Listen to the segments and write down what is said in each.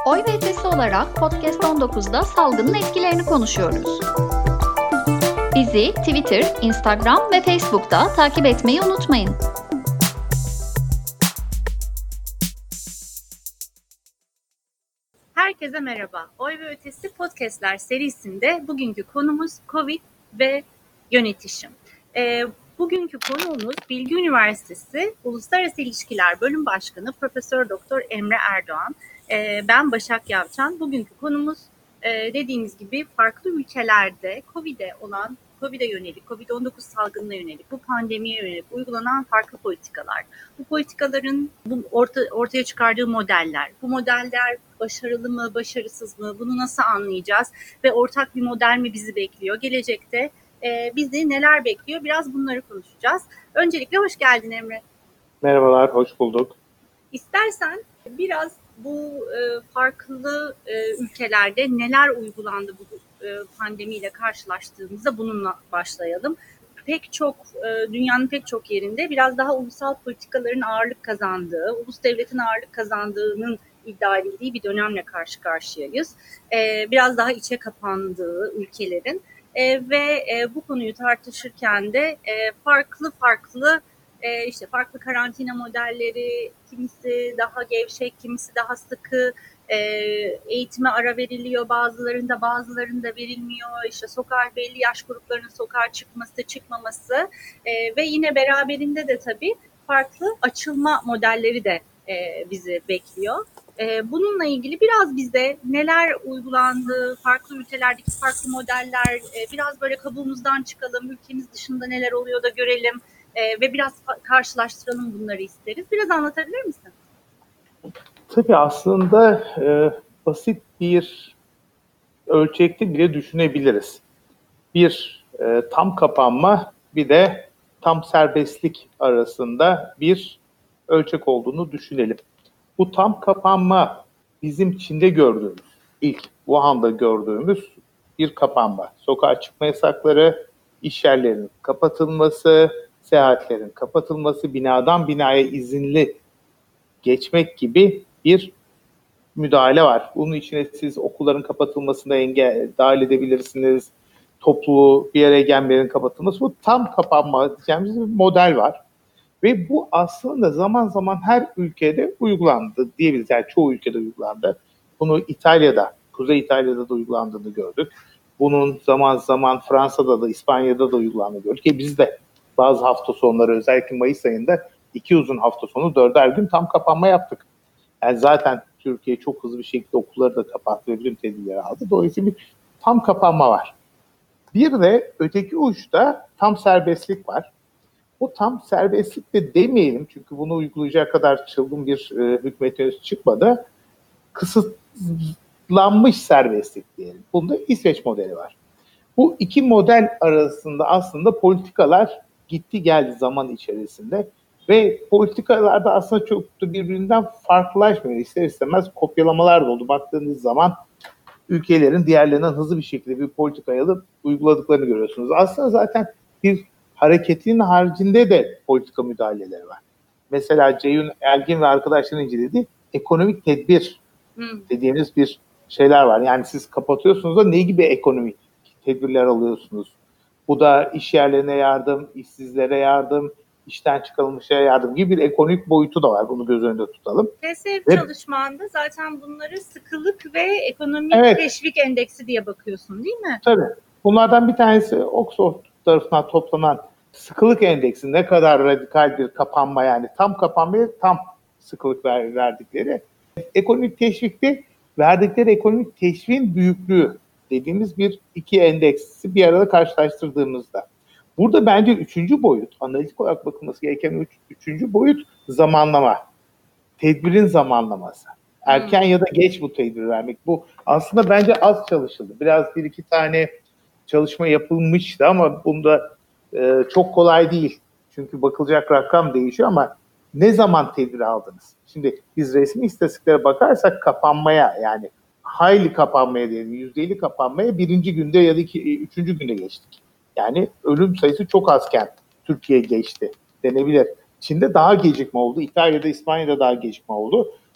Oy ve Ötesi olarak Podcast 19'da salgının etkilerini konuşuyoruz. Bizi Twitter, Instagram ve Facebook'ta takip etmeyi unutmayın. Herkese merhaba. Oy ve Ötesi Podcast'ler serisinde bugünkü konumuz COVID ve yönetişim. Bugünkü konuğumuz Bilgi Üniversitesi Uluslararası İlişkiler Bölüm Başkanı Profesör Doktor Emre Erdoğan. Ben Başak Yavçan. Bugünkü konumuz dediğimiz gibi farklı ülkelerde COVID'e yönelik, COVID-19 salgınına yönelik, bu pandemiye yönelik uygulanan farklı politikalar. Bu politikaların ortaya çıkardığı modeller, bu modeller başarılı mı, başarısız mı, bunu nasıl anlayacağız ve ortak bir model mi bizi bekliyor? Gelecekte bizi neler bekliyor? Biraz bunları konuşacağız. Öncelikle hoş geldin Emre. Merhabalar, hoş bulduk. İstersen biraz bu farklı ülkelerde neler uygulandı bu pandemiyle karşılaştığımızda bununla başlayalım. Dünyanın pek çok yerinde biraz daha ulusal politikaların ağırlık kazandığı, ulus devletin ağırlık kazandığının iddia edildiği bir dönemle karşı karşıyayız. Biraz daha içe kapandığı ülkelerin ve bu konuyu tartışırken de farklı karantina modelleri, kimisi daha gevşek, kimisi daha sıkı, eğitime ara veriliyor bazılarında verilmiyor. İşte belli yaş gruplarının sokağa çıkmaması ve yine beraberinde de tabii farklı açılma modelleri de bizi bekliyor. Bununla ilgili biraz bize neler uygulandı, farklı ülkelerdeki farklı modeller, biraz böyle kabuğumuzdan çıkalım, ülkemiz dışında neler oluyor da görelim ve biraz karşılaştıralım bunları isteriz. Biraz anlatabilir misin? Tabii aslında basit bir ölçekte bile düşünebiliriz. Bir tam kapanma, bir de tam serbestlik arasında bir ölçek olduğunu düşünelim. Bu tam kapanma bizim Çin'de gördüğümüz, ilk Wuhan'da gördüğümüz bir kapanma. Sokağa çıkma yasakları, iş yerlerinin kapatılması, seyahatlerin kapatılması, binadan binaya izinli geçmek gibi bir müdahale var. Bunun içine siz okulların kapatılmasına dahil edebilirsiniz. Toplu bir yere gelmelerin kapatılması. Bu tam kapanma diyeceğimiz bir model var. Ve bu aslında zaman zaman her ülkede uygulandı diyebiliriz. Yani çoğu ülkede uygulandı. Bunu Kuzey İtalya'da da uygulandığını gördük. Bunun zaman zaman Fransa'da da, İspanya'da da uygulandığını gördük. Biz de bazı hafta sonları, özellikle Mayıs ayında 2 uzun hafta sonu 4'er gün tam kapanma yaptık. Yani zaten Türkiye çok hızlı bir şekilde okulları da kapattı ve bütün tedbirleri aldı. Dolayısıyla bir tam kapanma var. Bir de öteki uçta tam serbestlik var. O tam serbestlik de demeyelim, çünkü bunu uygulayacak kadar çılgın bir hükümet henüz çıkmadı. Kısıtlanmış serbestlik diyelim. Bunda İsveç modeli var. Bu iki model arasında aslında politikalar gitti geldi zaman içerisinde ve politikalarda aslında çok da birbirinden farklılaşmıyor. İster istemez kopyalamalar da oldu. Baktığınız zaman ülkelerin diğerlerinden hızlı bir şekilde bir politikayı alıp uyguladıklarını görüyorsunuz. Aslında zaten bir hareketin haricinde de politika müdahaleleri var. Mesela Ceyhun Elgin ve arkadaşların incelediği ekonomik tedbir dediğimiz bir şeyler var. Yani siz kapatıyorsunuz da ne gibi ekonomik tedbirler alıyorsunuz? Bu da iş yerlerine yardım, işsizlere yardım, işten çıkarılmışlara yardım gibi bir ekonomik boyutu da var. Bunu göz önünde tutalım. TSF çalışmanda zaten bunları sıkılık ve ekonomik teşvik endeksi diye bakıyorsun, değil mi? Tabii. Bunlardan bir tanesi Oxford tarafından toplanan sıkılık endeksi, ne kadar radikal bir kapanma, yani tam kapanmaya tam sıkılık verdikleri. Ekonomik teşvikte verdikleri ekonomik teşviğin büyüklüğü dediğimiz iki endeksi bir arada karşılaştırdığımızda. Burada bence üçüncü boyut, analitik olarak bakılması gereken üçüncü boyut zamanlama. Tedbirin zamanlaması. Erken ya da geç bu tedbir vermek. Bu aslında bence az çalışıldı. Biraz bir iki tane çalışma yapılmıştı ama bunda çok kolay değil. Çünkü bakılacak rakam değişiyor ama ne zaman tedbir aldınız? Şimdi biz resmi istatistiklere bakarsak kapanmaya, yani hayli kapanmaya diyelim, %50 kapanmaya birinci günde ya da üçüncü günde geçtik. Yani ölüm sayısı çok azken Türkiye geçti denebilir. Çin'de daha gecikme oldu. İtalya'da, İspanya'da daha gecikme oldu.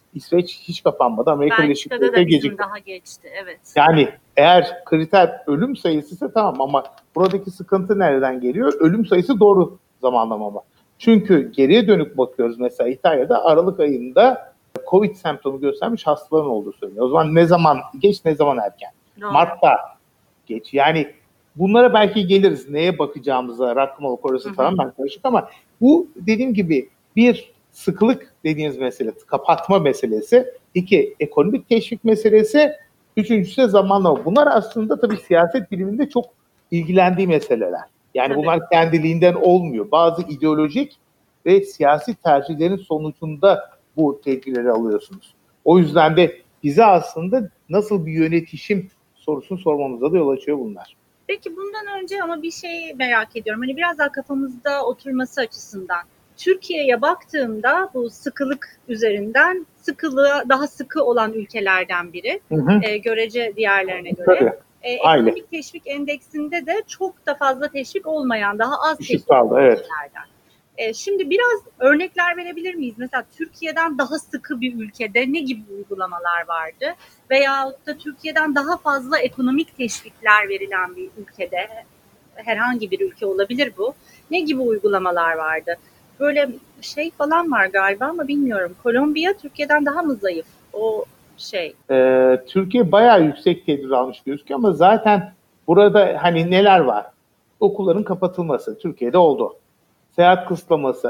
İsveç hiç kapanmadı. Amerika Birleşik Belçika'da da Devletleri bizim gecikti. daha geçti. Evet. Yani eğer kriter ölüm sayısı ise tamam ama buradaki sıkıntı nereden geliyor? Ölüm sayısı doğru zamanlama. Çünkü geriye dönük bakıyoruz, mesela İtalya'da Aralık ayında Covid semptomu göstermiş hastaların olduğu söyleniyor. O zaman ne zaman geç, ne zaman erken? Doğru. Mart'ta geç. Yani bunlara belki geliriz. Neye bakacağımıza, rakmalık orası tamamen karışık ama bu dediğim gibi bir sıkılık dediğiniz mesele, kapatma meselesi. 2 ekonomik teşvik meselesi. Üçüncüsü de zamanlama. Bunlar aslında tabii siyaset biliminde çok ilgilendiği meseleler. Yani Tabii. bunlar kendiliğinden olmuyor. Bazı ideolojik ve siyasi tercihlerin sonucunda bu tedbirleri alıyorsunuz. O yüzden de bize aslında nasıl bir yönetişim sorusunu sormamıza da yol açıyor bunlar. Peki bundan önce ama bir şey merak ediyorum. Hani biraz daha kafamızda oturması açısından. Türkiye'ye baktığımda bu sıkılık üzerinden sıkılığa daha sıkı olan ülkelerden biri. Görece diğerlerine göre. Tabii. Ekonomik teşvik endeksinde de çok da fazla teşvik olmayan, daha az teşvik kaldı, evet. ülkelerden. Şimdi biraz örnekler verebilir miyiz? Mesela Türkiye'den daha sıkı bir ülkede ne gibi uygulamalar vardı? Veyahut da Türkiye'den daha fazla ekonomik teşvikler verilen bir ülkede, herhangi bir ülke olabilir bu. Ne gibi uygulamalar vardı? Böyle şey falan var galiba ama bilmiyorum. Kolombiya Türkiye'den daha mı zayıf? O şey. Türkiye bayağı yüksek tedbir almış gözüküyor ama zaten burada hani neler var? Okulların kapatılması Türkiye'de oldu. Seyahat kısıtlaması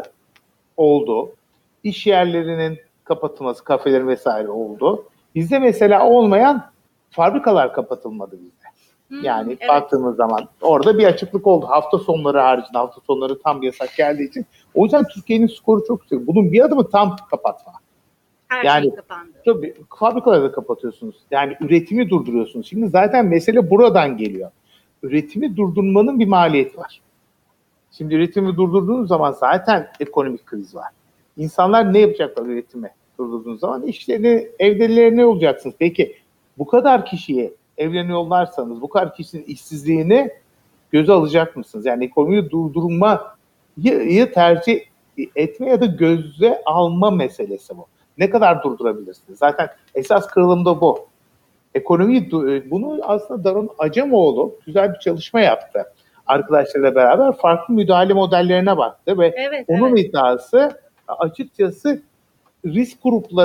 oldu. İş yerlerinin kapatılması, kafelerin vesaire oldu. Bizde mesela olmayan fabrikalar kapatılmadı bizde. Yani evet. Baktığımız zaman orada bir açıklık oldu. Hafta sonları haricinde, hafta sonları tam yasak geldiği için. O yüzden Türkiye'nin skoru çok yüksek. Bunun bir adımı tam kapatma. Her şey kapandı. Tabii fabrikaları da kapatıyorsunuz. Yani üretimi durduruyorsunuz. Şimdi zaten mesele buradan geliyor. Üretimi durdurmanın bir maliyeti var. Şimdi üretimi durdurduğunuz zaman zaten ekonomik kriz var. İnsanlar ne yapacaklar üretimi durdurduğunuz zaman? İşlerini, evdelerine olacaksınız. Peki bu kadar kişiye evlerine yollarsanız, bu kadar kişinin işsizliğini göze alacak mısınız? Yani ekonomiyi durdurmayı tercih etme ya da göze alma meselesi bu. Ne kadar durdurabilirsiniz? Zaten esas kırılım da bu. Ekonomiyi, bunu aslında Daron Acemoğlu güzel bir çalışma yaptı. Arkadaşlarıyla beraber farklı müdahale modellerine baktı ve onun iddiası açıkçası risk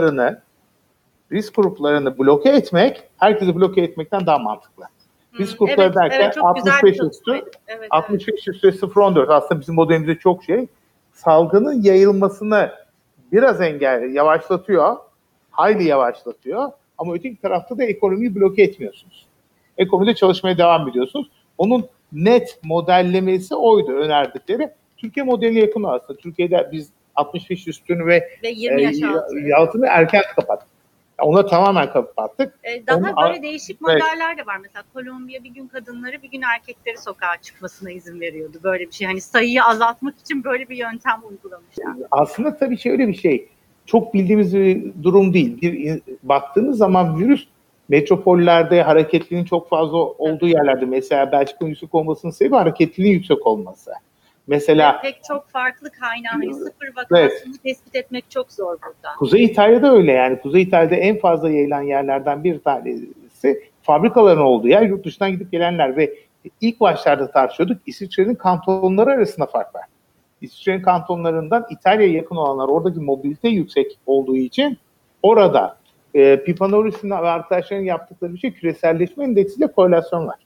gruplarını bloke etmek, herkesi bloke etmekten daha mantıklı. Risk grupları derken 65 üstü, 65 üstü 0.14 aslında bizim modelimizde çok salgının yayılmasını biraz yavaşlatıyor, hayli yavaşlatıyor ama öteki tarafta da ekonomiyi bloke etmiyorsunuz. Ekonomide çalışmaya devam ediyorsunuz. Onun net modellemesi oydu önerdikleri. Türkiye modeline yakın aslında. Türkiye'de biz 65 üstünü ve 20 yaş altını erken kapattık. Ona tamamen kapattık. Daha böyle değişik modeller de var. Mesela Kolombiya bir gün kadınları bir gün erkekleri sokağa çıkmasına izin veriyordu. Böyle bir şey. Hani sayıyı azaltmak için böyle bir yöntem uygulamışlar. Aslında tabii öyle bir şey. Çok bildiğimiz bir durum değil. Baktığınız zaman virüs metropollerde hareketliliğin çok fazla olduğu yerlerde, mesela Belçika'nın yüksek olmasının sebebi hareketliliğin yüksek olması. Mesela pek çok farklı kaynağı, hani sıfır vakasını tespit etmek çok zor burada. Kuzey İtalya'da öyle yani. Kuzey İtalya'da en fazla yayılan yerlerden bir tanesi fabrikaların olduğu yer, yurt dışından gidip gelenler ve ilk başlarda tartışıyorduk, İsviçre'nin kantonları arasında fark var. İsviçre'nin kantonlarından İtalya'ya yakın olanlar, oradaki mobilite yüksek olduğu için orada Pipanorus'un ve arkadaşlarının yaptıkları bir şey, küreselleşme endeksiyle korelasyon var.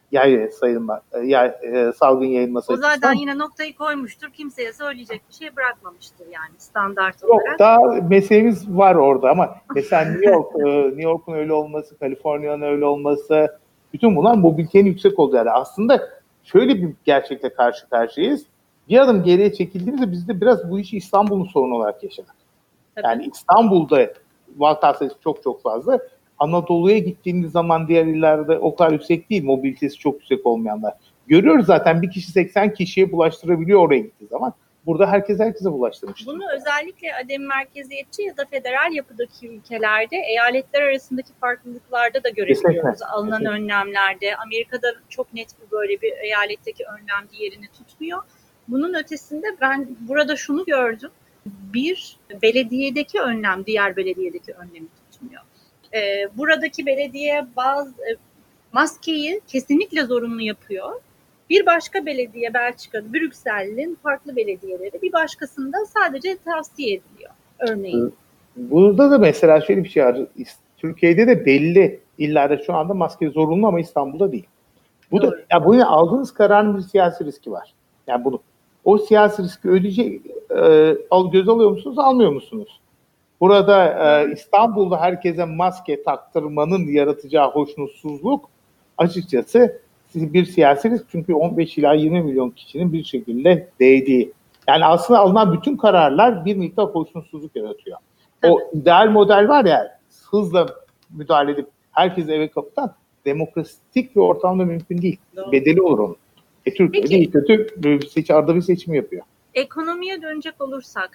Salgın yayılması açısından. O zaten yine noktayı koymuştur. Kimseye söyleyecek bir şey bırakmamıştır yani standart olarak. Yok, daha meselemiz var orada ama mesela New York'un öyle olması, Kaliforniya'nın öyle olması, bütün bunlar mobilitenin yüksek olduğu yani. Aslında şöyle bir gerçekle karşı karşıyayız. Bir adım geriye çekildiğimizde biz de biraz bu işi İstanbul'un sorunu olarak yaşadık. Tabii. Yani İstanbul'da vaka sayısı çok fazla. Anadolu'ya gittiğimiz zaman diğer illerde o kadar yüksek değil, mobilitesi çok yüksek olmayanlar. Görüyoruz zaten, bir kişi 80 kişiye bulaştırabiliyor oraya gittiği zaman. Burada herkese bulaştırmış. Bunu özellikle adem merkeziyetçi ya da federal yapıdaki ülkelerde eyaletler arasındaki farklılıklarda da görebiliyoruz. Alınan önlemlerde. Amerika'da çok net böyle bir eyaletteki önlem diğerini tutmuyor. Bunun ötesinde ben burada şunu gördüm. bir belediyedeki önlem diğer belediyedeki önlemi tutmuyor. Buradaki belediye maskeyi kesinlikle zorunlu yapıyor. Bir başka belediye Belçika'da, Brüksel'in farklı belediyeleri bir başkasında sadece tavsiye ediliyor örneğin. Burada da mesela şöyle bir şey var. Türkiye'de de belli illerde şu anda maske zorunlu ama İstanbul'da değil. Bu Doğru. da ya bunun aldığınız kararın bir siyasi riski var. Yani o siyasi riski ödeyecek göz alıyor musunuz, almıyor musunuz? Burada İstanbul'da herkese maske taktırmanın yaratacağı hoşnutsuzluk açıkçası bir siyasi risk. Çünkü 15 ila 20 milyon kişinin bir şekilde değdiği. Yani aslında alınan bütün kararlar bir miktar hoşnutsuzluk yaratıyor. Tabii. O ideal model var ya, hızla müdahale edip herkesi eve kapatan demokratik bir ortamda mümkün değil. Doğru. Bedeli olur onun. Türkiye'de iyi kötü arada bir seçim yapıyor. Ekonomiye dönecek olursak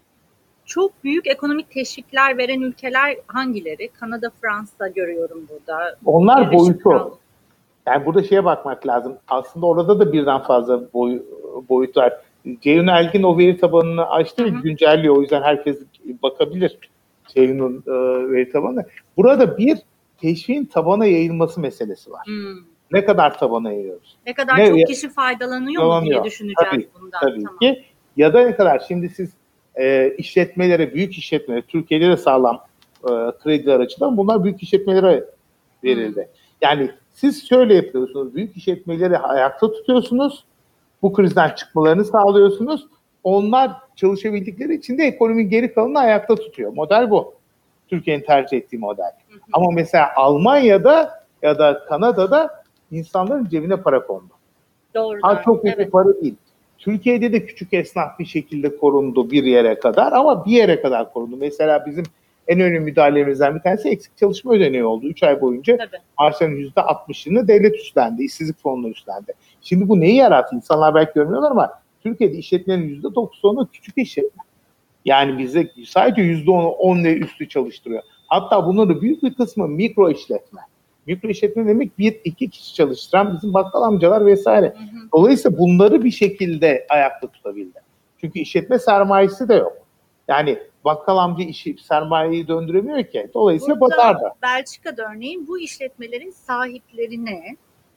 çok büyük ekonomik teşvikler veren ülkeler hangileri? Kanada, Fransa görüyorum burada. Onlar boyutu. Yani burada şeye bakmak lazım. Aslında orada da birden fazla boyut var. Ceyhun Elgin o veri tabanını açtı, güncelliyor. O yüzden herkes bakabilir Ceyhun'un veri tabanına. Burada bir teşviğin tabana yayılması meselesi var. Ne kadar tabana yayıyoruz? Ne kadar çok kişi faydalanıyor mu diye düşüneceğiz bundan. Tabii ki. Ya da ne kadar şimdi siz işletmelere, büyük işletmelere, Türkiye'de de sağlam krediler açıdan bunlar büyük işletmelere verildi. Yani siz şöyle yapıyorsunuz, büyük işletmeleri ayakta tutuyorsunuz, bu krizden çıkmalarını sağlıyorsunuz. Onlar çalışabildikleri için de ekonominin geri kalanını ayakta tutuyor. Model bu. Türkiye'nin tercih ettiği model. Ama mesela Almanya'da ya da Kanada'da insanların cebine para kondu. Doğru. Çok büyük bir para değil. Türkiye'de de küçük esnaf bir şekilde korundu bir yere kadar ama bir yere kadar korundu. Mesela bizim en önemli müdahalelerimizden bir tanesi eksik çalışma ödeneği oldu. 3 ay boyunca maaşların %60'ını devlet üstlendi, işsizlik fonları üstlendi. Şimdi bu neyi yarattı? İnsanlar belki görmüyorlar ama Türkiye'de işletmelerin %90'ı küçük işletme. Yani bizde sadece %10 ve üstü çalıştırıyor. Hatta bunların büyük bir kısmı mikro işletme. Mikro işletme demek 1-2 kişi çalıştıran bizim bakkal amcalar vesaire. Dolayısıyla bunları bir şekilde ayakta tutabildi. Çünkü işletme sermayesi de yok. Yani bakkal amca sermayeyi döndüremiyor ki. Dolayısıyla batardı. Belçika'da örneğin bu işletmelerin sahiplerine,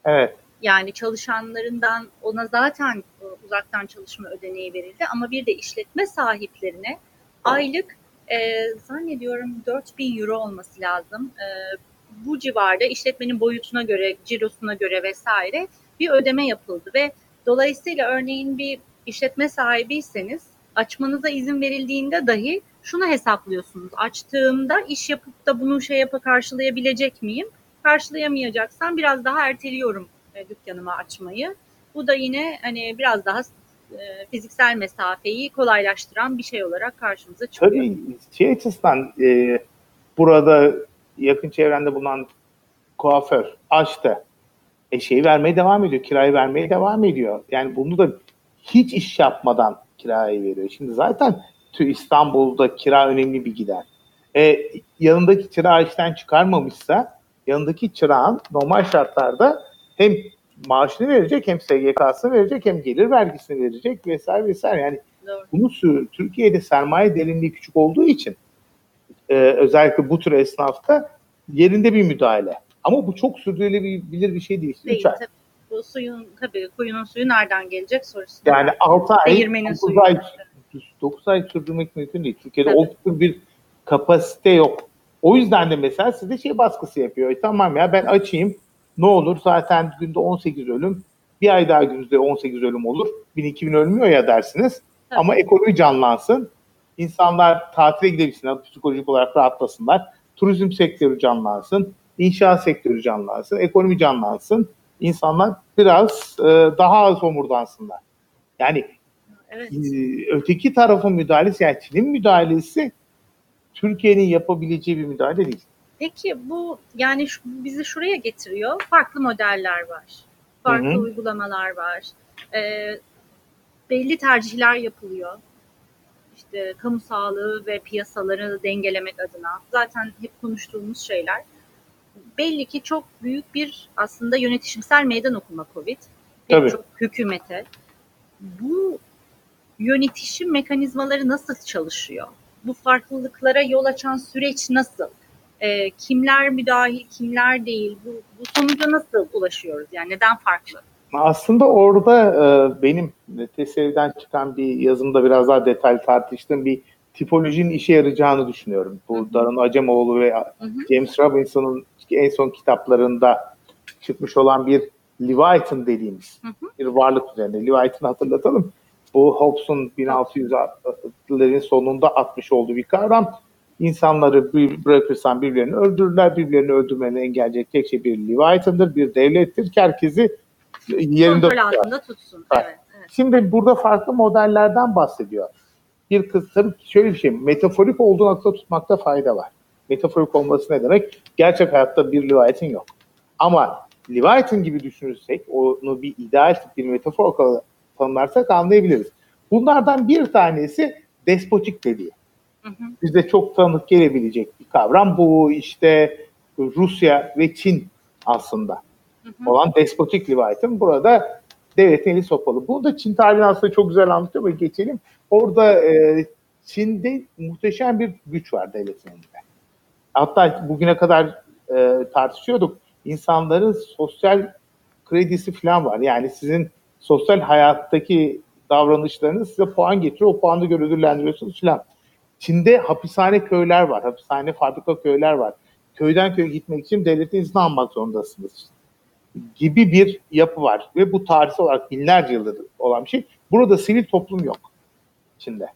yani çalışanlarından ona zaten uzaktan çalışma ödeneği verildi ama bir de işletme sahiplerine aylık zannediyorum 4.000 euro olması lazım. Bu civarda işletmenin boyutuna göre, cirosuna göre vesaire bir ödeme yapıldı ve dolayısıyla örneğin bir işletme sahibiyseniz açmanıza izin verildiğinde dahi şunu hesaplıyorsunuz. Açtığımda iş yapıp da bunu karşılayabilecek miyim? Karşılayamayacaksam biraz daha erteliyorum dükkanımı açmayı. Bu da yine hani biraz daha fiziksel mesafeyi kolaylaştıran bir şey olarak karşımıza çıkıyor. Tabii açısından burada yakın çevrende bulunan kuaför açtı. Vermeye devam ediyor. Kirayı vermeye devam ediyor. Yani bunu da hiç iş yapmadan kirayı veriyor. Şimdi zaten İstanbul'da kira önemli bir gider. Yanındaki çırağı işten çıkarmamışsa yanındaki çırağın normal şartlarda hem maaşını verecek, hem SGK'sını verecek, hem gelir vergisini verecek vesaire vesaire. Yani bunu Türkiye'de sermaye derinliği küçük olduğu için özellikle bu tür esnafta yerinde bir müdahale. Ama bu çok sürdürülebilir bir şey değil. 3 ay. Bu kuyunun suyu nereden gelecek sorusu. Yani 6 ay, 9 ay sürdürmek mümkün değil. Türkiye'de o tür bir kapasite yok. O yüzden de mesela size baskısı yapıyor. Tamam ya ben açayım. Ne olur zaten günde 18 ölüm. Bir ay daha günde 18 ölüm olur. 1000-2000 ölmüyor ya dersiniz. Ama ekonomi canlansın. İnsanlar tatile gidebilsinler. Psikolojik olarak rahatlasınlar. Turizm sektörü canlansın. İnşaat sektörü canlansın. Ekonomi canlansın. İnsanlar biraz daha az homurdansınlar. Yani öteki tarafın müdahalesi, yani Çin'in müdahalesi Türkiye'nin yapabileceği bir müdahale değil. Peki bu yani bizi şuraya getiriyor. Farklı modeller var. Farklı uygulamalar var. Belli tercihler yapılıyor. İşte kamu sağlığı ve piyasaları dengelemek adına. Zaten hep konuştuğumuz şeyler. Belli ki çok büyük bir aslında yönetişimsel meydan okuma Covid. Pek çok hükümete. Bu yönetişim mekanizmaları nasıl çalışıyor? Bu farklılıklara yol açan süreç nasıl? Kimler müdahil, kimler değil? Bu sonuca nasıl ulaşıyoruz? Yani neden farklı? Aslında orada benim TSE'den çıkan bir yazımda biraz daha detaylı tartıştığım bir tipolojinin işe yarayacağını düşünüyorum. Bu Darren Acemoğlu ve James Robinson'ın en son kitaplarında çıkmış olan bir Leviathan dediğimiz bir varlık üzerine. Leviathan'ı hatırlatalım. Bu Hobbes'un 1600'lerin sonunda atmış olduğu bir kavram. İnsanları bırakırsan birbirlerini öldürürler. Birbirlerini öldürmeni engelleyecek tek şey bir Leviathan'dır, bir devlettir ki herkesi yerinde kontrol altında tutsun. Evet. Şimdi burada farklı modellerden bahsediyor. Bir kız tabii şöyle bir şey, metaforik olduğunu akla tutmakta fayda var. Metaforik olması ne demek? Gerçek hayatta bir Leviathan yok. Ama Leviathan gibi düşünürsek, onu bir ideal tip bir metafor olarak tanımlarsak anlayabiliriz. Bunlardan bir tanesi despotik dediği. Bize çok tanıdık gelebilecek bir kavram. Bu işte Rusya ve Çin aslında olan despotik Leviathan. Burada devletin eli sopalı. Bunu da Çin tarihini aslında çok güzel anlatıyor ve geçelim. Orada Çin'de muhteşem bir güç var devletin elinde. Hatta bugüne kadar tartışıyorduk. İnsanların sosyal kredisi falan var. Yani sizin sosyal hayattaki davranışlarınız size puan getiriyor. O puanı göre ödüllendiriyorsunuz falan. Çin'de hapishane köyler var. Hapishane fabrika köyler var. Köyden köye gitmek için devletin izni almak zorundasınız gibi bir yapı var. Ve bu tarihsel olarak binlerce yıldır olan bir şey. Burada sivil toplum yok Çin'de.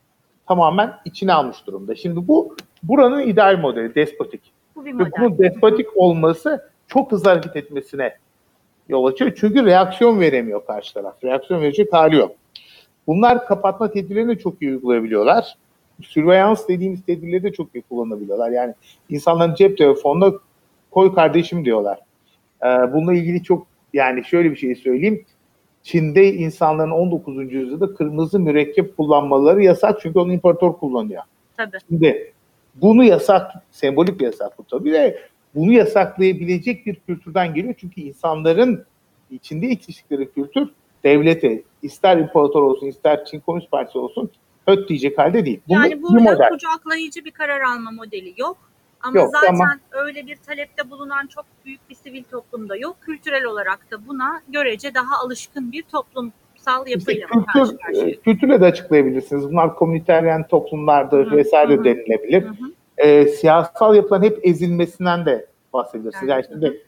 Tamamen içine almış durumda. Şimdi buranın ideal modeli, despotik. Bu bir model. Ve bunun despotik olması çok hızlı hareket etmesine yol açıyor. Çünkü reaksiyon veremiyor karşı taraf. Reaksiyon verecek hali yok. Bunlar kapatma tedbirlerini çok iyi uygulayabiliyorlar. Surveillance dediğimiz tedbirleri de çok iyi kullanabiliyorlar. Yani insanların cep telefonuna koy kardeşim diyorlar. Bununla ilgili çok, yani şöyle bir şey söyleyeyim. Çin'de insanların 19. yüzyılda kırmızı mürekkep kullanmaları yasak çünkü onu imparator kullanıyor. Tabii. Şimdi bunu yasak, sembolik bir yasak bu tabii de bunu yasaklayabilecek bir kültürden geliyor. Çünkü insanların içinde yetiştikleri kültür devlete, ister imparator olsun, ister Çin Komünist Partisi olsun höt diyecek halde değil. Yani burada kucaklayıcı bir karar alma modeli yok. Ama yok, zaten ama öyle bir talepte bulunan çok büyük bir sivil toplumda yok. Kültürel olarak da buna görece daha alışkın bir toplumsal yapıyla karşı karşıya. Kültürle de açıklayabilirsiniz. Bunlar komüniteryen toplumlardır vesaire denilebilir. Siyasal yapıların hep ezilmesinden de bahsedebilirsiniz. Yani şimdi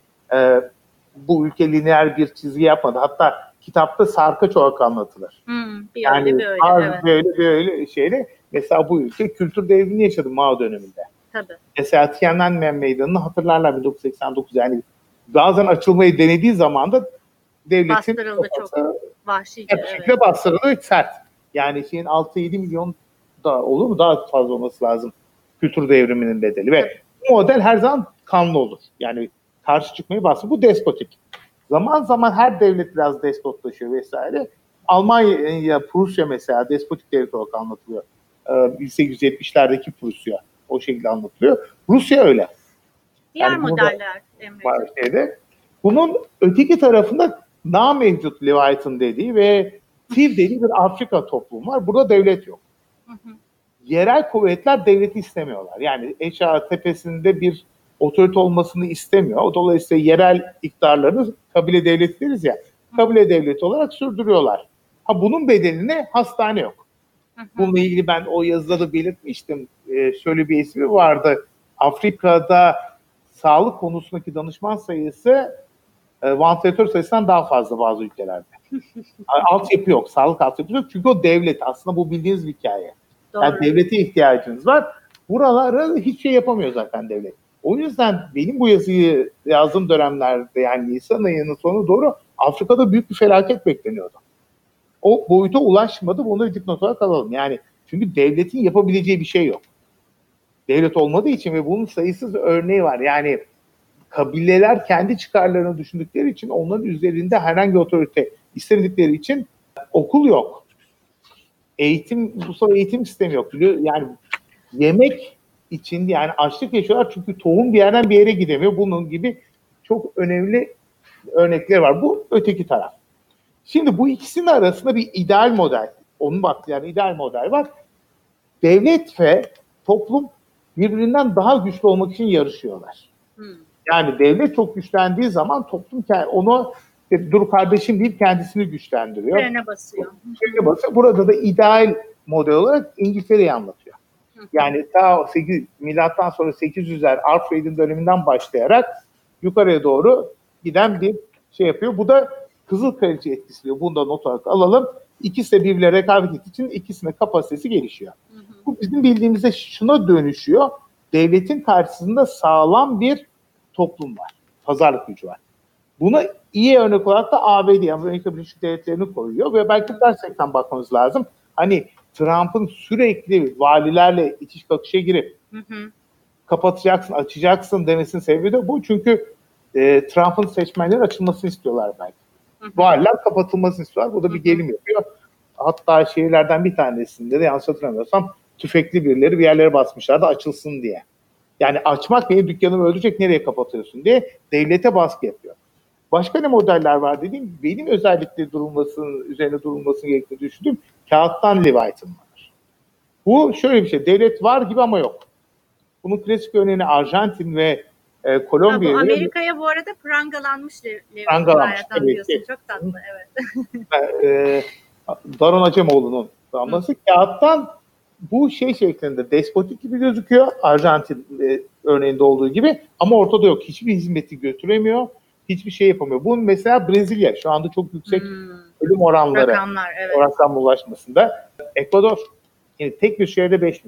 bu ülke lineer bir çizgi yapmadı. Hatta kitapta sarkaç olarak anlatılır. Yani böyle şeyle. Mesela bu ülke kültür devrimini yaşadı Mao döneminde. Tabii. Mesela Tiananmen Meydanı'nı hatırlarlar 1989. Yani bazen açılmayı denediği zaman da devletin bastırıldı, çok vahşice. Bir şekilde bastırıldı, sert. Yani 6-7 milyon da olur mu? Daha fazla olması lazım kültür devriminin bedeli. Ve bu model her zaman kanlı olur. Yani karşı çıkmayı bastırır. Bu despotik. Zaman zaman her devlet biraz despotlaşıyor vesaire. Almanya, Prusya mesela despotik devlet olarak anlatılıyor. 1870'lerdeki Prusya o şekilde anlatılıyor. Rusya öyle. Diğer modeller var şeyde. Bunun öteki tarafında namevcut Leviathan dediği ve Tiv dediği bir Afrika toplumu var. Burada devlet yok. Yerel kuvvetler devleti istemiyorlar. Yani Eşa tepesinde bir otorite olmasını istemiyor. Dolayısıyla yerel iktidarlarını kabile devleti deriz ya. Kabile devleti olarak sürdürüyorlar. Bunun bedelinde hastane yok. Bununla ilgili ben o yazıda da belirtmiştim. Şöyle bir ismi vardı. Afrika'da sağlık konusundaki danışman sayısı vantilatör sayısından daha fazla bazı ülkelerde. Altyapı yok, sağlık altyapısı yok. Çünkü o devlet. Aslında bu bildiğiniz bir hikaye. Doğru. Yani devlete ihtiyacınız var. Buralara hiç şey yapamıyor zaten devlet. O yüzden benim bu yazıyı yazdığım dönemlerde, yani Nisan ayının sonu doğru Afrika'da büyük bir felaket bekleniyordu. O boyuta ulaşmadı. Bunu da dipnot olarak alalım. Yani çünkü devletin yapabileceği bir şey yok. Devlet olmadığı için ve bunun sayısız örneği var. Yani kabileler kendi çıkarlarını düşündükleri için onların üzerinde herhangi bir otorite istemedikleri için okul yok. Ulusal eğitim sistemi yok. Yani yemek için, yani açlık yaşıyorlar çünkü tohum bir yerden bir yere gidemiyor. Bunun gibi çok önemli örnekler var. Bu öteki taraf. Şimdi bu ikisinin arasında bir ideal model onun baktığı yani ideal model var. Devlet ve toplum birbirinden daha güçlü olmak için yarışıyorlar. Yani devlet çok güçlendiği zaman toplum onu dur kardeşim deyip kendisini güçlendiriyor. Frene basıyor. Burada da ideal model olarak İngiltere'yi anlatıyor. Yani ta milattan sonra 800'ler Alfred'in döneminden başlayarak yukarıya doğru giden bir şey yapıyor. Bu da Kızıl Kraliçe etkisi diyor. Bunu da not olarak alalım. İkisi de birbirine rekabet ettiği için ikisinin kapasitesi gelişiyor. Bu bizim bildiğimizde şuna dönüşüyor. Devletin karşısında sağlam bir toplum var. Pazarlık gücü var. Buna iyi örnek olarak da ABD, Amerika Birleşik Devletleri'ni koyuyor ve belki gerçekten bakmamız lazım. Hani Trump'ın sürekli valilerle itiş kakışa girip kapatacaksın, açacaksın demesinin sebebi de bu. Çünkü Trump'ın seçmenlerin açılmasını istiyorlar belki. Valiler kapatılmasını istiyorlar. Bu da bir gelim yapıyor. Hatta şehirlerden bir tanesinde de yanlış hatırlamıyorsam tüfekli birileri bir yerlere basmışlardı açılsın diye. Yani açmak benim dükkanımı öldürecek, nereye kapatıyorsun diye devlete baskı yapıyor. Başka ne modeller var dediğim, benim özellikle üzerine durulmasını gerektiğini düşündüğüm kağıttan Leviathan var. Bu şöyle bir şey, devlet var gibi ama yok. Bunun klasik örneğini Arjantin ve Kolombiya'ya... Amerika'ya bu arada prangalanmış Leviathan diyorsun. Çok tatlı, evet. Daron Acemoğlu'nun damlası kağıttan bu şeklinde despotik gibi gözüküyor Arjantin örneğinde olduğu gibi ama ortada yok. Hiçbir hizmeti götüremiyor. Hiçbir şey yapamıyor. Bu mesela Brezilya şu anda çok yüksek ölüm oranları. Rakamlar, evet. Rakam ulaşmasında. Ekvador yani tek bir şehirde 5.000.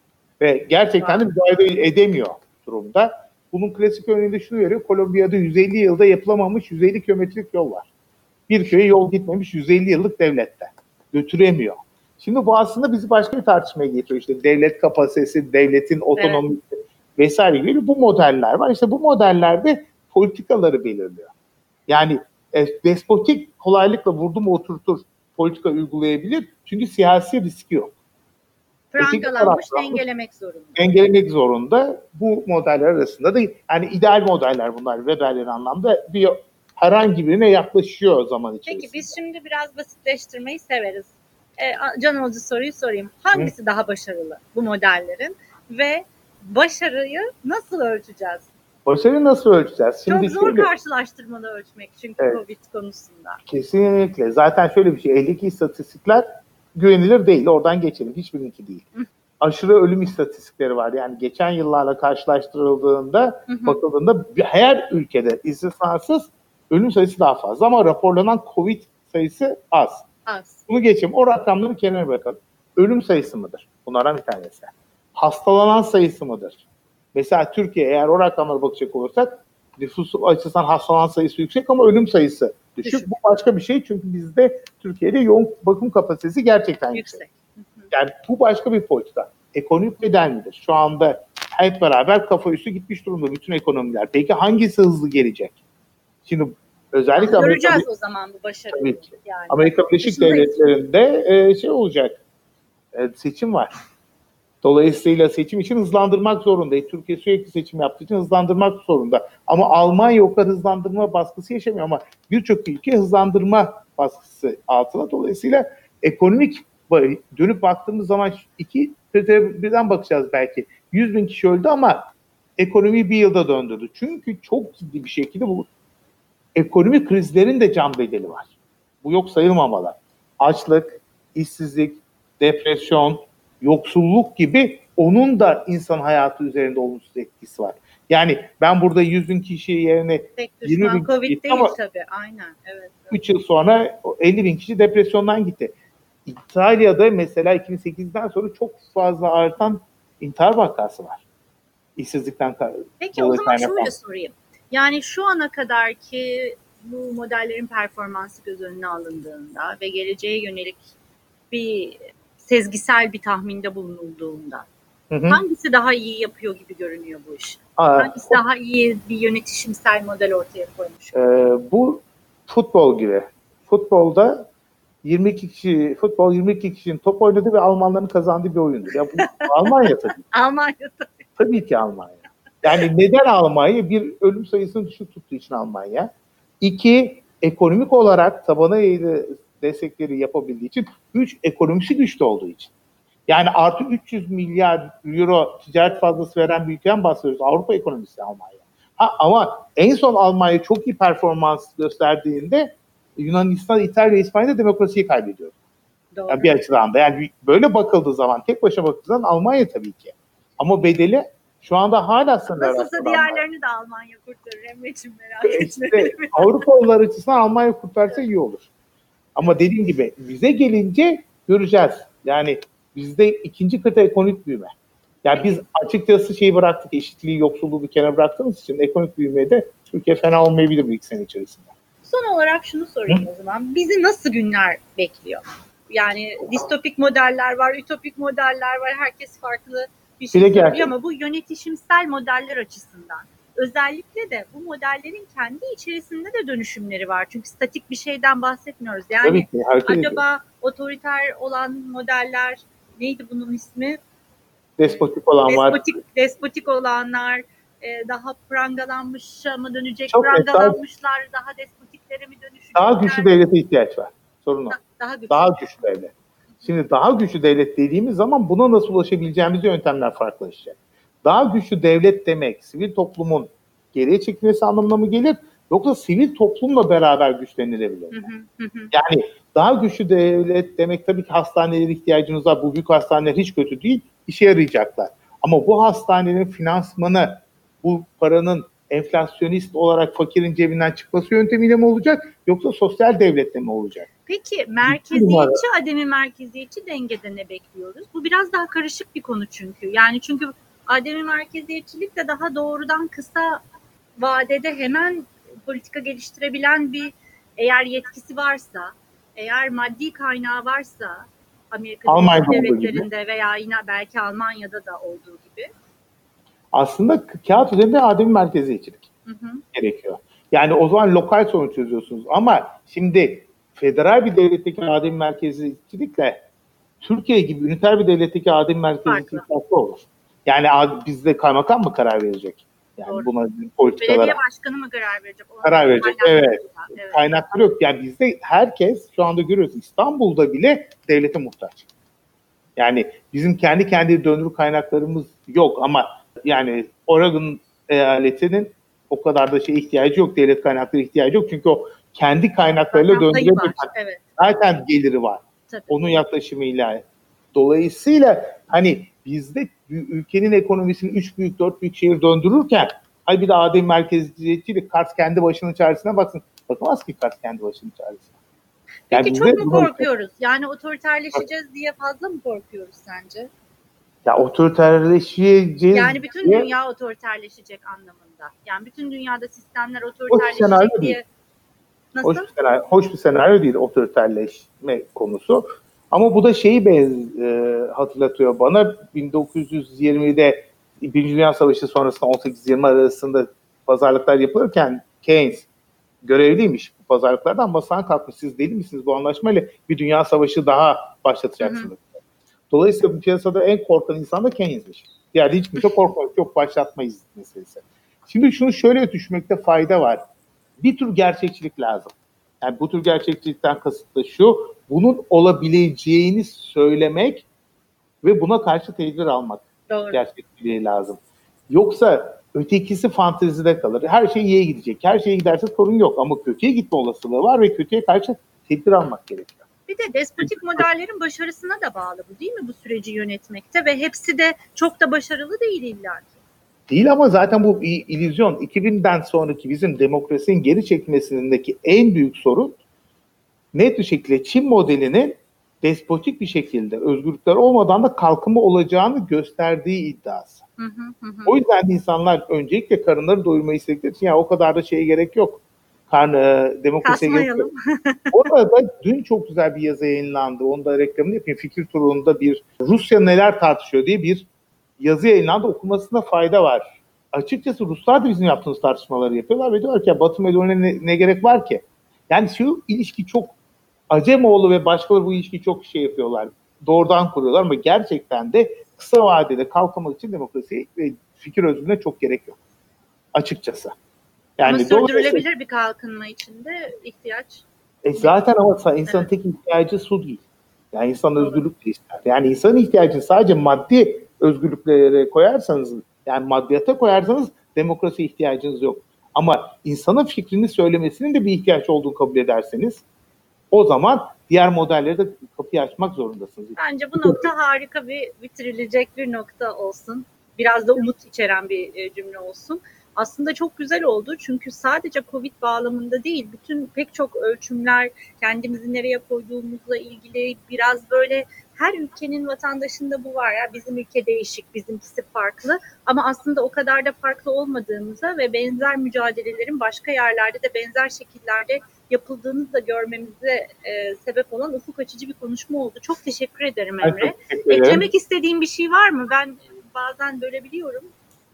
Ve gerçekten de müdahale edemiyor durumda. Bunun klasik örneğinde şunu veriyor. Kolombiya'da 150 yılda yapılamamış 150 kilometrelik yol var. Bir köye yol gitmemiş 150 yıllık devlette. Götüremiyor. Şimdi bu aslında bizi başka bir tartışmaya getiriyor. İşte devlet kapasitesi, devletin otonomisi vesaire gibi bu modeller var. İşte bu modellerde politikaları belirliyor. Yani despotik kolaylıkla vurdu mu oturtur politika uygulayabilir. Çünkü siyasi riski yok. Prangalanmış dengelemek zorunda. Dengelemek zorunda. Bu modeller arasında da yani ideal modeller bunlar Weber'in anlamda herhangi birine yaklaşıyor zaman içerisinde. Peki biz şimdi biraz basitleştirmeyi severiz. Can alıcı soruyu sorayım. Hangisi daha başarılı bu modellerin ve başarıyı nasıl ölçeceğiz? Başarıyı nasıl ölçeceğiz? Şimdi çok zor karşılaştırmalı ölçmek çünkü Covid konusunda. Kesinlikle. Zaten şöyle bir şey. Eldeki istatistikler güvenilir değil. Oradan geçelim. Hiçbirininki değil. Aşırı ölüm istatistikleri var. Yani geçen yıllarla karşılaştırıldığında bakıldığında her ülkede istisnasız ölüm sayısı daha fazla ama raporlanan Covid sayısı az. Bunu geçelim. O rakamları kenara bırakalım. Ölüm sayısı mıdır? Bunlardan bir tanesi. Hastalanan sayısı mıdır? Mesela Türkiye eğer o rakamlara bakacak olursak nüfus açısından hastalanan sayısı yüksek ama ölüm sayısı düşük. Bu başka bir şey çünkü bizde Türkiye'de yoğun bakım kapasitesi gerçekten yüksek. Yani bu başka bir politika. Ekonomik bedel midir? Şu anda hep beraber kafa üstü gitmiş durumda bütün ekonomiler. Peki hangisi hızlı gelecek? Şimdi özellikle göreceğiz o zaman bu başarıyı. Yani. Amerika Birleşik Devletleri'nde olacak. Seçim var. Dolayısıyla seçim için hızlandırmak zorunda. Türkiye sürekli seçim yaptığı için hızlandırmak zorunda. Ama Almanya o kadar hızlandırma baskısı yaşamıyor ama birçok ülke hızlandırma baskısı altında. Dolayısıyla ekonomik dönüp baktığımız zaman birden bakacağız belki. 100.000 kişi öldü ama ekonomiyi bir yılda döndürdü. Çünkü çok ciddi bir şekilde bu ekonomik krizlerin de can bedeli var. Bu yok sayılmamalı. Açlık, işsizlik, depresyon, yoksulluk gibi onun da insan hayatı üzerinde olumsuz etkisi var. Yani ben burada 100.000 kişi yerine 20.000 Covid değil tabii. Aynen. Evet. 3 yıl sonra 50.000 kişi depresyondan gitti. İtalya'da mesela 2008'den sonra çok fazla artan intihar vakası var. İşsizlikten Peki o zaman şöyle sorayım. Yani şu ana kadar ki bu modellerin performansı göz önüne alındığında ve geleceğe yönelik bir sezgisel bir tahminde bulunulduğunda hangisi daha iyi yapıyor gibi görünüyor bu işi? Hangisi daha iyi bir yönetişimsel model ortaya koymuş? Bu futbol gibi. Futbolda 22 kişinin top oynadığı ve Almanların kazandığı bir oyundur. Ya bu Almanya tabii. Almanya tabii. Tabii ki Almanya. Yani neden Almanya? Bir, ölüm sayısını düşük tuttuğu için Almanya. 2, ekonomik olarak tabana eğili destekleri yapabildiği için, 3 ekonomisi güçlü olduğu için. Yani artı 300 milyar euro ticaret fazlası veren bir ülkeden bahsediyoruz. Avrupa ekonomisi Almanya. Ama en son Almanya çok iyi performans gösterdiğinde Yunanistan, İtalya, İspanya'da demokrasiyi kaybediyor. Doğru. Yani bir açıdan da. Yani böyle bakıldığı zaman, tek başına bakıldığı zaman Almanya tabii ki. Ama bedeli şu anda hala sınırlar. Nasılsa diğerlerini de Almanya kurtarır Emre'ciğim, merak etme. İşte Avrupalılar açısından Almanya kurtarsa iyi olur. Ama dediğim gibi bize gelince göreceğiz. Yani bizde ikinci kıta ekonomik büyüme. Yani biz açıkçası şeyi bıraktık, eşitliği, yoksulluğu bir kenara bıraktığımız için ekonomik büyümeye de Türkiye fena olmayabilir bu ilk sene içerisinde. Son olarak şunu sorayım o zaman. Bizi nasıl günler bekliyor? Yani distopik modeller var, ütopik modeller var. Herkes farklı bir şey söylüyor ama bu yönetişimsel modeller açısından özellikle de bu modellerin kendi içerisinde de dönüşümleri var. Çünkü statik bir şeyden bahsetmiyoruz. Yani acaba otoriter olan modeller, neydi bunun ismi? Despotik olan var. Despotik olanlar daha prangalanmışa mı dönecek? Prangalanmışlar daha despotiklere mi dönüşecekler? Daha güçlü devlete ihtiyaç var. Sorun o. Daha güçlü devlet. Şimdi daha güçlü devlet dediğimiz zaman buna nasıl ulaşabileceğimiz yöntemler farklılaşacak. Daha güçlü devlet demek sivil toplumun geriye çekilmesi anlamına mı gelir? Yoksa sivil toplumla beraber güçlenilebilir mi? Yani daha güçlü devlet demek tabii ki hastanelere ihtiyacımız var. Bu büyük hastaneler hiç kötü değil, işe yarayacaklar. Ama bu hastanelerin finansmanı, bu paranın enflasyonist olarak fakirin cebinden çıkması yöntemiyle mi olacak? Yoksa sosyal devletle mi olacak? Peki merkeziyetçi, ademi merkeziyetçi dengede ne bekliyoruz? Bu biraz daha karışık bir konu çünkü. Yani çünkü ademi merkeziyetçilik de daha doğrudan kısa vadede hemen politika geliştirebilen bir, eğer yetkisi varsa, eğer maddi kaynağı varsa Amerika Birleşik Devletleri'nde veya yine belki Almanya'da da olduğu gibi. Aslında kağıt üzerinde ademi merkeziyetçilik gerekiyor. Yani o zaman lokal sorun çözüyorsunuz. Ama şimdi federal bir devletteki ademi merkeziyetçilikle Türkiye gibi üniter bir devletteki ademi merkeziyetçilik farklı olur. Yani bizde kaymakam mı karar verecek? Yani doğru. Buna politikalara. Belediye başkanı mı karar verecek? Karar verecek, evet. Kaynakları yok. Yani bizde herkes şu anda görüyoruz, İstanbul'da bile devlete muhtaç. Yani bizim kendi döndürü kaynaklarımız yok ama yani Oregon eyaletinin o kadar da ihtiyacı yok, devlet kaynakları ihtiyacı yok. Çünkü o kendi kaynaklarıyla döndürebilir. Evet. Zaten geliri var. Tabii. Onun yaklaşımıyla. Dolayısıyla hani bizde ülkenin ekonomisini 3 büyük 4 büyük şehir döndürürken hay bir de adem merkeziyetçilik, Kars kendi başının çaresine baksın. Bakamaz ki Kars kendi başının çaresine. Yani peki çok mu korkuyoruz? Yani otoriterleşeceğiz diye fazla mı korkuyoruz sence? Ya otoriterleşeceğiz. Yani bütün dünya otoriterleşecek anlamında. Yani bütün dünyada sistemler otoriterleşecek diye. Nasıl? Hoş bir senaryo değil otoriterleşme konusu. Ama bu da hatırlatıyor bana. 1920'de Birinci Dünya Savaşı sonrasında 18-20 arasında pazarlıklar yapılırken Keynes görevliymiş bu pazarlıklardan, masadan kalkmış. Siz deli misiniz, bu anlaşmayla bir dünya savaşı daha başlatacaksınız. Dolayısıyla bu piyasada en korkan insan da Keynes'miş. Yani hiç kimse korkmaz, yok başlatmayız meselesi. Şimdi şunu şöyle düşünmekte fayda var. Bir tür gerçekçilik lazım. Yani bu tür gerçekçilikten kasıt da şu, bunun olabileceğini söylemek ve buna karşı tedbir almak. Doğru. Gerçekçiliği lazım. Yoksa ötekisi fantezide kalır. Her şey iyiye gidecek. Her şeye giderse sorun yok ama kötüye gitme olasılığı var ve kötüye karşı tedbir almak gerekiyor. Bir de despotik modellerin başarısına da bağlı bu, değil mi, bu süreci yönetmekte ve hepsi de çok da başarılı değil illaki. Değil ama zaten bu illüzyon. 2000'den sonraki bizim demokrasinin geri çekilmesindeki en büyük sorun net bir şekilde Çin modelinin despotik bir şekilde özgürlükler olmadan da kalkınma olacağını gösterdiği iddiası. O yüzden insanlar öncelikle karınları doyurmayı istedikleri için ya o kadar da gerek yok. Demokrasiye gerek yok. Orada dün çok güzel bir yazı yayınlandı. Onu da reklamını yapayım. Fikir Turu'nda bir Rusya neler tartışıyor diye bir yazı yayınlandı. Okumasında fayda var. Açıkçası Ruslar da bizim yaptığımız tartışmaları yapıyorlar ve diyorlar ki ya Batı medyaya ne gerek var ki? Yani şu ilişki çok Acemoğlu ve başkaları bu ilişkiyi çok yapıyorlar. Doğrudan kuruyorlar ama gerçekten de kısa vadede kalkınmak için demokrasiye ve fikir özgürlüğüne çok gerek yok. Açıkçası. Yani ama sürdürülebilir bir kalkınma için de ihtiyaç Zaten ama insanın tek ihtiyacı su değil. Yani insan özgürlük de ister. Yani insanın ihtiyacını sadece maddi özgürlüklere koyarsanız, yani maddiyata koyarsanız demokrasi ihtiyacınız yok. Ama insanın fikrini söylemesinin de bir ihtiyaç olduğunu kabul ederseniz o zaman diğer modellere de kapıyı açmak zorundasınız. Bence bu nokta harika bitirilecek bir nokta olsun. Biraz da umut içeren bir cümle olsun. Aslında çok güzel oldu çünkü sadece Covid bağlamında değil, bütün pek çok ölçümler kendimizi nereye koyduğumuzla ilgili biraz böyle her ülkenin vatandaşında bu var ya, bizim ülke değişik, bizimkisi farklı ama aslında o kadar da farklı olmadığımıza ve benzer mücadelelerin başka yerlerde de benzer şekillerde yapıldığını da görmemize sebep olan ufuk açıcı bir konuşma oldu. Çok teşekkür ederim Emre. Eklemek istediğim bir şey var mı? Ben bazen bölebiliyorum.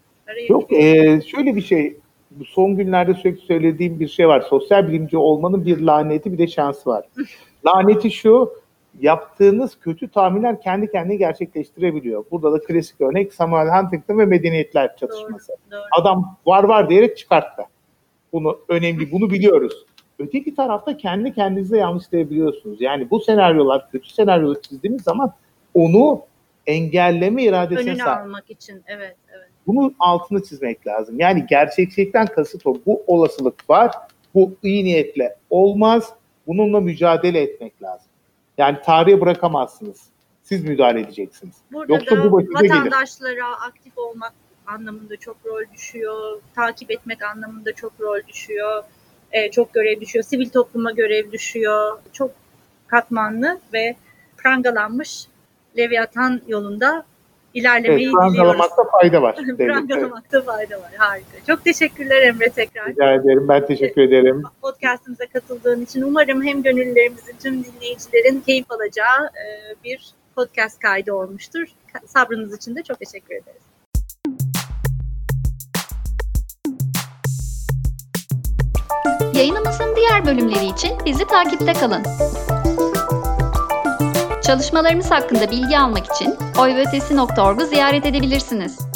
Yok, şöyle bir şey, bu son günlerde sürekli söylediğim bir şey var. Sosyal bilimci olmanın bir laneti, bir de şansı var. Laneti şu, yaptığınız kötü tahminler kendi kendine gerçekleştirebiliyor. Burada da klasik örnek Samuel Huntington ve medeniyetler çatışması. Doğru. Adam var diyerek çıkarttı. Bunu önemli, bunu biliyoruz. Öteki tarafta kendi kendinize yanlışlayabiliyorsunuz. Yani bu senaryolar, kötü senaryoları çizdiğimiz zaman onu engelleme iradesine önünü sahip. almak için, evet. Bunun altını çizmek lazım. Yani gerçekçilikten kasıt o. Bu olasılık var. Bu iyi niyetle olmaz. Bununla mücadele etmek lazım. Yani tarihe bırakamazsınız. Siz müdahale edeceksiniz. Burada Yoksa da bu başınıza gelir. vatandaşlara aktif olmak anlamında çok rol düşüyor. Takip etmek anlamında çok rol düşüyor. Çok görev düşüyor. Sivil topluma görev düşüyor. Çok katmanlı ve prangalanmış Leviathan yolunda ilerlemeyi diliyoruz. Prangalamakta fayda var. Prangalamakta fayda var. Harika. Çok teşekkürler Emre tekrar. Rica ederim. Ben teşekkür ederim. Podcast'ımıza katıldığın için umarım hem gönüllülerimizin, tüm dinleyicilerin keyif alacağı bir podcast kaydı olmuştur. Sabrınız için de çok teşekkür ederiz. Yayınımızın diğer bölümleri için bizi takipte kalın. Çalışmalarımız hakkında bilgi almak için oyveötesi.org'u ziyaret edebilirsiniz.